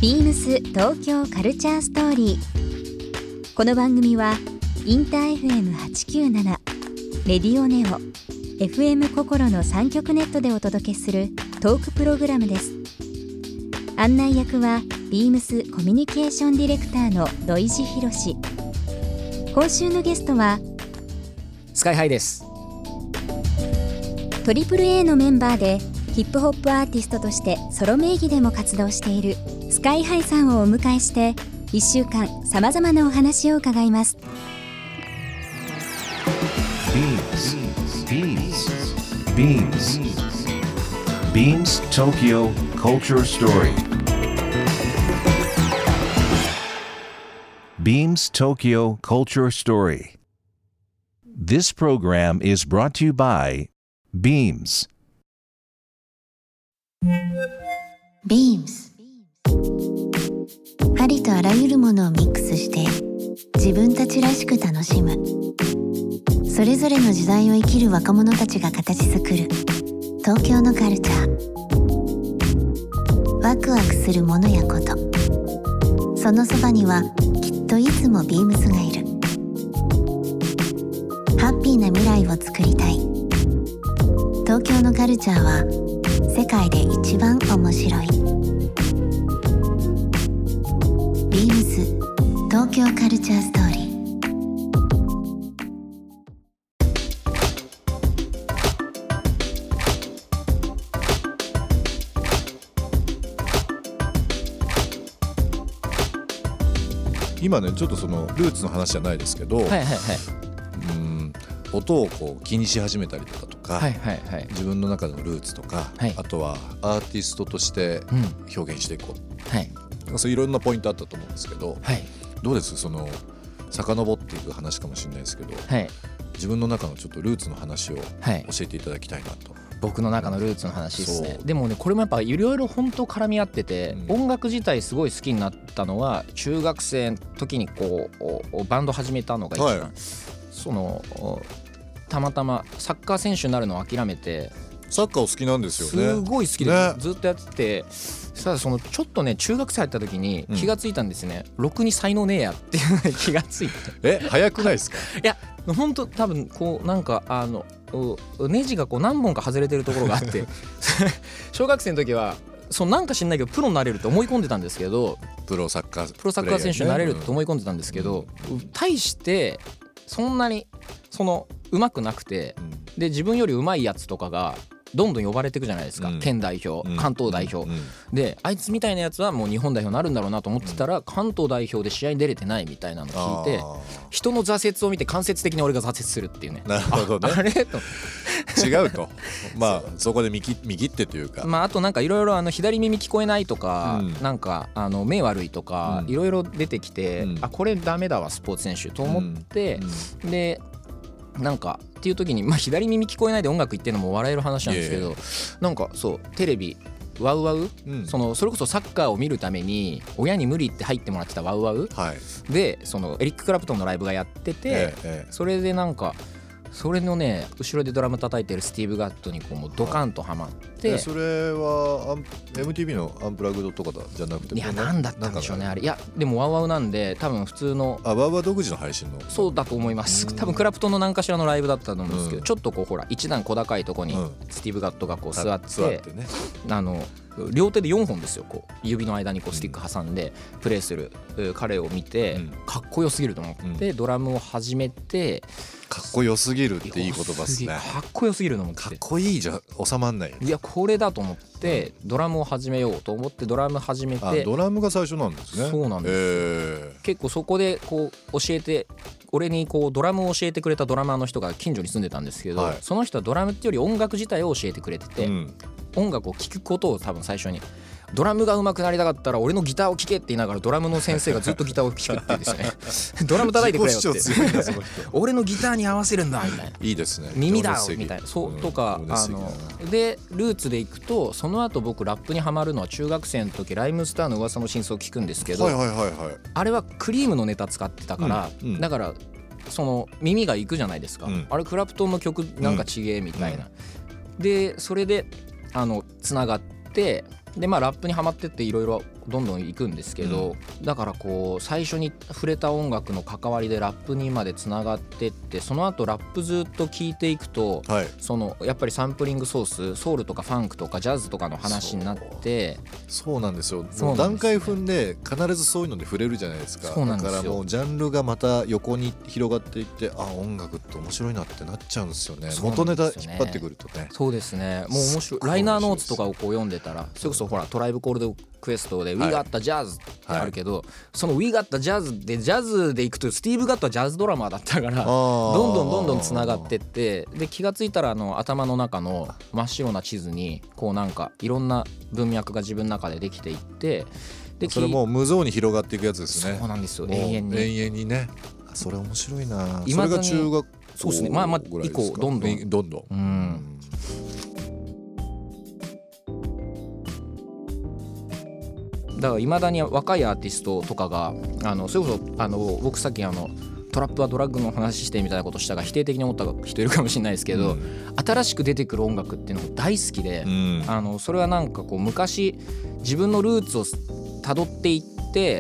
ビームス東京カルチャーストーリー。この番組はインター FM897 レディオネオ FM 心の3極ネットでお届けするトークプログラムです。案内役はビームスコミュニケーションディレクターの土井博志。今週のゲストはスカイハイです。 トリプル A のメンバーでヒップホップアーティストとしてソロ名義でも活動しているスカイハイさんをお迎えして1週間さまざまなお話を伺います。 Beams Tokyo Culture Story. Beams Tokyo Culture Story. This program is brought to you by Beams. Beams ありとあらゆるものをミックスして自分たちらしく楽しむ、それぞれの時代を生きる若者たちが形作る東京のカルチャー。ワクワクするものやこと、そのそばにはきっといつもビームスがいる。ハッピーな未来を作りたい。東京のカルチャーは世界で一番面白い。ビームス東京カルチャーストーリー。 今ねちょっとそのルーツの話じゃないですけど、音をこう気にし始めたりとか、自分の中のルーツとか、あとはアーティストとして表現していこう、そういろんなポイントあったと思うんですけど、どうですその遡っていく話かもしれないですけど、自分の中のちょっとルーツの話を教えていただきたいなと。 僕の中のルーツの話ですね。でもねこれもやっぱいろいろ本当絡み合ってて、音楽自体すごい好きになったのは中学生の時にこうバンド始めたのが一番、そのたまたまサッカー選手になるのを諦めて。 サッカーお好きなんですよね。 すごい好きです、ずっとやってて、ただそのちょっとね中学生入った時に気がついたんですね、ろくに才能ねえやっていうのに気がついて。 早くないですか？ いや本当多分こうなんかネジがこう何本か外れてるところがあって小学生の時はなんか知んないけどプロになれると思い込んでたんですけど、 プロサッカー選手になれると思い込んでたんですけど、対してそんなに上手くなくて、で自分より上手いやつとかがどんどん呼ばれていくじゃないですか、県代表、関東代表、であいつみたいなやつはもう日本代表になるんだろうなと思ってたら、関東代表で試合に出れてないみたいなのを聞いて、人の挫折を見て間接的に俺が挫折するっていうね。 なるほどね。 あれと違うとそこで見切ってというか、 あとなんかいろいろ左耳聞こえないとか、なんか目悪いとかいろいろ出てきて、これダメだわスポーツ選手と思って、でなんかっていう時に、左耳聞こえないで音楽言ってるのも笑える話なんですけど、なんかテレビワウワウ、それこそサッカーを見るために親に無理って入ってもらってたワウワウ、でエリック・クラプトンのライブがやってて、それでなんかそれのね後ろでドラム叩いてるスティーブ・ガットにこうもうドカンとハマって、 それはMTV のアンプラグドとかじゃなくて、 いや何だったんでしょうねあれ。いやでもワウワウなんで多分普通のワウワウ独自の配信の、 そうだと思います。多分クラプトンの何かしらのライブだったと思うんですけど、ちょっとこうほら一段小高いとこにスティーブ・ガットがこう座って、両手で4本ですよ、こう指の間にこうスティック挟んでプレイする彼を見て、かっこよすぎると思ってドラムを始めて、 かっこよすぎるっていい言葉ですね。 かっこよすぎるの思って、 かっこいいじゃ収まんないよね。 いやこれだと思ってドラムを始めようと思ってドラム始めて。 ドラムが最初なんですね。 そうなんです、結構そこでこう教えて、俺にこうドラムを教えてくれたドラマーの人が近所に住んでたんですけど、その人はドラムってより音楽自体を教えてくれてて、音楽を聴くことを多分最初に、ドラムが上手くなりたかったら俺のギターを聴けって言いながらドラムの先生がずっとギターを聴くってですねドラム叩いてくれよって俺のギターに合わせるんだみたいな、 いいですね、 耳だよみたいな、とかでルーツでいくと、その後僕ラップにハマるのは中学生の時ライムスターの噂の真相を聞くんですけど、あれはクリームのネタ使ってたから、だからその耳がいくじゃないですか、あれクラプトンの曲なんかちげえみたいな、でそれでつながって、でラップにハマってっていろいろどんどん行くんですけど、だからこう最初に触れた音楽の関わりでラップにまでつながってって、その後ラップずっと聴いていくと、そのやっぱりサンプリングソース、ソウルとかファンクとかジャズとかの話になって、 そうなんですよ。もう段階踏んで必ずそういうので触れるじゃないですか。だからもうジャンルがまた横に広がっていって、音楽って面白いなってなっちゃうんですよね。元ネタ引っ張ってくるとね。 そうですね。もう面白い。ライナーノーツとかをこう読んでたら、それこそほらトライブコールドクエストで We Got the Jazz ってあるけど、その We Got the Jazz でジャズでいくとスティーブ・ガットはジャズドラマーだったから、どんどんつながってって、で気がついたら頭の中の真っ白な地図にこうなんかいろんな文脈が自分の中でできていって、 でそれもう無造に広がっていくやつですね。 そうなんですよ。永遠にね。それ面白いな。 それが中学そうですね。まあ以降どんどん。だからいまだに若いアーティストとかがそれこそ僕さっきトラップはドラッグの話してみたいなことしたが否定的に思った人いるかもしれないですけど、新しく出てくる音楽っていうのが大好きで、それはなんかこう昔自分のルーツを辿っていって、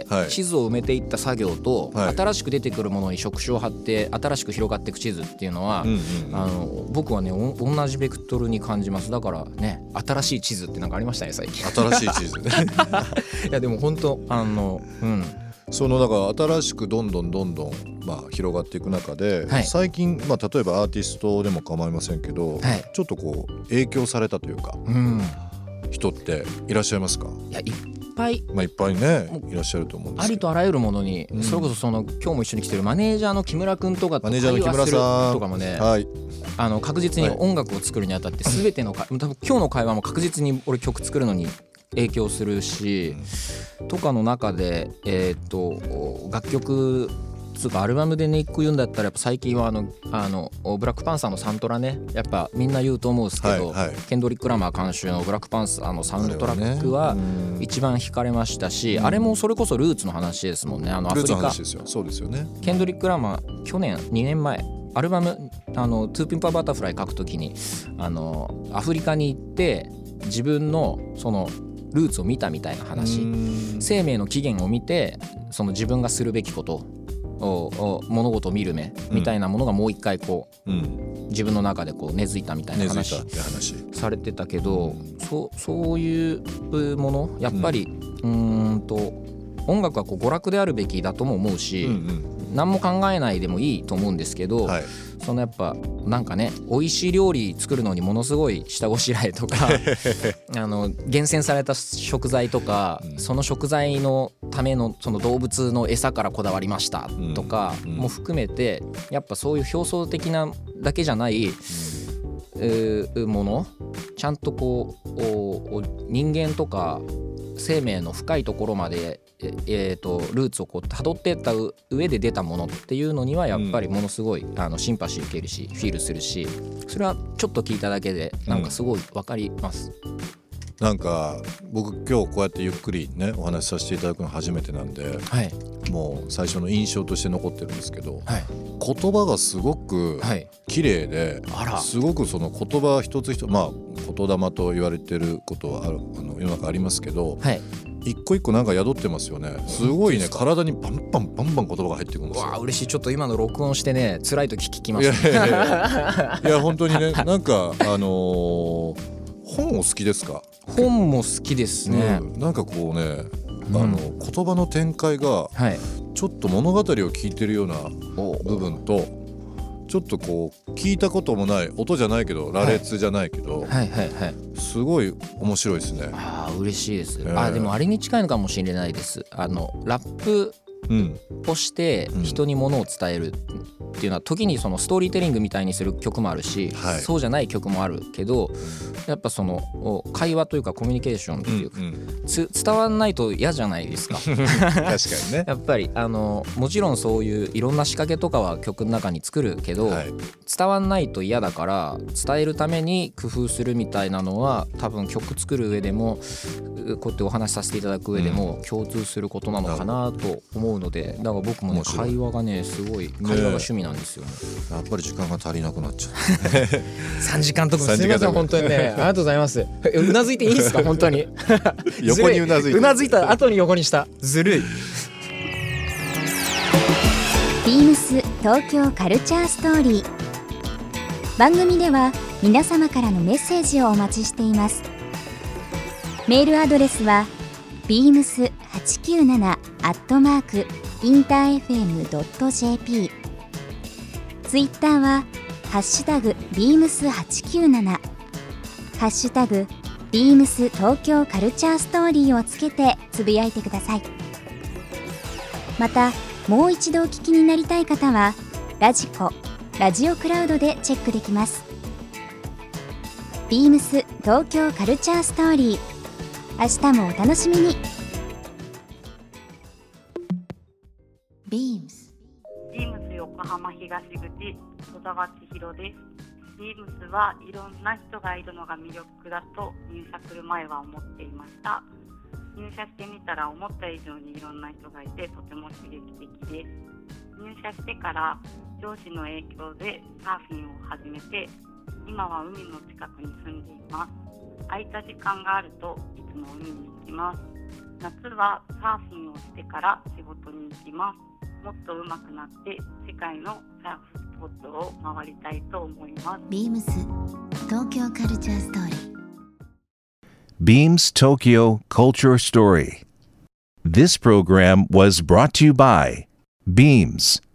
地図を埋めていった作業と、新しく出てくるものに触手を張って新しく広がっていく地図っていうのは、僕はね同じベクトルに感じます。だからね、新しい地図ってなんかありましたね最近。 新しい地図ね。 いやでも本当そのだから新しくどんどん広がっていく中で、最近例えばアーティストでも構いませんけど、ちょっとこう影響されたというか、人っていらっしゃいますか？ いやいっぱいねいらっしゃると思うんですけど、 ありとあらゆるものに、それこそ今日も一緒に来てるマネージャーの木村くんとかと会話するとかもね、確実に音楽を作るにあたって全ての多分今日の会話も確実に俺曲作るのに影響するし、とかの中で楽曲つうかアルバムでね一個言うんだったら、やっぱ最近はブラックパンサーのサントラね、やっぱみんな言うと思うんですけど、ケンドリック・ラマー監修のブラックパンサーのサウンドトラックは一番惹かれましたし、あれもそれこそルーツの話ですもんね。アフリカ、 そうですよね。 ケンドリック・ラマー去年2年前アルバムトゥーピンパーバタフライ書くときにアフリカに行って自分のそのルーツを見たみたいな話、生命の起源を見てその自分がするべきこと物事を見る目みたいなものがもう一回こう、自分の中でこう根付いたみたいな話されてたけど、そういうものやっぱり音楽はこう娯楽であるべきだとも思うし、何も考えないでもいいと思うんですけど、そのやっぱなんかね、美味しい料理作るのにものすごい下ごしらえとか厳選された食材とか、その食材のためのその動物の餌からこだわりましたとかも含めて、やっぱそういう表層的なだけじゃないもの、ちゃんとこう人間とか生命の深いところまでルーツをこう辿っていった上で出たものっていうのにはやっぱりものすごいシンパシー受けるしフィールするし、それはちょっと聞いただけでなんかすごい分かります。 なんか僕今日こうやってゆっくりねお話しさせていただくの初めてなんで、もう最初の印象として残ってるんですけど、言葉がすごく綺麗で、すごくその言葉一つ一つ、言霊と言われてることは世の中ありますけど、一個一個なんか宿ってますよね。すごいね、体にバンバン言葉が入ってくるんですよ。 わあ嬉しい。ちょっと今の録音してね、辛い時聞きますね。 いや本当にね、なんか本お好きですか？ 本も好きですね。 なんかこうね、言葉の展開がちょっと物語を聞いてるような部分と、ちょっとこう聞いたこともない音じゃないけど羅列じゃないけど、すごい面白いですね。 嬉しいです。でもあれに近いのかもしれないです。ラップをして人に物を伝えるっていうのは、時にそのストーリーテリングみたいにする曲もあるし、そうじゃない曲もあるけど、やっぱその会話というかコミュニケーションっていうか、伝わんないと嫌じゃないですか。 確かにね。 やっぱりもちろんそういういろんな仕掛けとかは曲の中に作るけど、伝わんないと嫌だから伝えるために工夫するみたいなのは、多分曲作る上でもこうやってお話しさせていただく上でも共通することなのかなと思うので、だから僕もね、会話がねすごい会話が趣味みなんですよ。 やっぱり時間が足りなくなっちゃう 3時間とかすみません本当にねありがとうございます。うなずいていいですか本当に横にうなずいてうなずいた後に横にしたずるい。 ビームス東京カルチャーストーリー。番組では皆様からのメッセージをお待ちしています。メールアドレスは beams897@interfm.jp。 ツイッターはハッシュタグ beams897 ハッシュタグ beams 東京カルチャーストーリーをつけてつぶやいてください。またもう一度お聞きになりたい方はラジコ、ラジオクラウドでチェックできます。ビームス東京カルチャーストーリー、明日もお楽しみに。 ビームス横浜東口戸沢千尋です。ビームスはいろんな人がいるのが魅力だと入社する前は思っていました。入社してみたら思った以上にいろんな人がいてとても刺激的です。入社してから上司の影響でサーフィンを始めて、今は海の近くに住んでいます。空いた時間があるといつも海に行きます。夏はサーフィンをしてから仕事に行きます。もっと上手くなって世界のサーフスポットを回りたいと思います。 ビームス東京カルチャーストーリー。 Beams Tokyo Culture Story. This program was brought to you by Beams.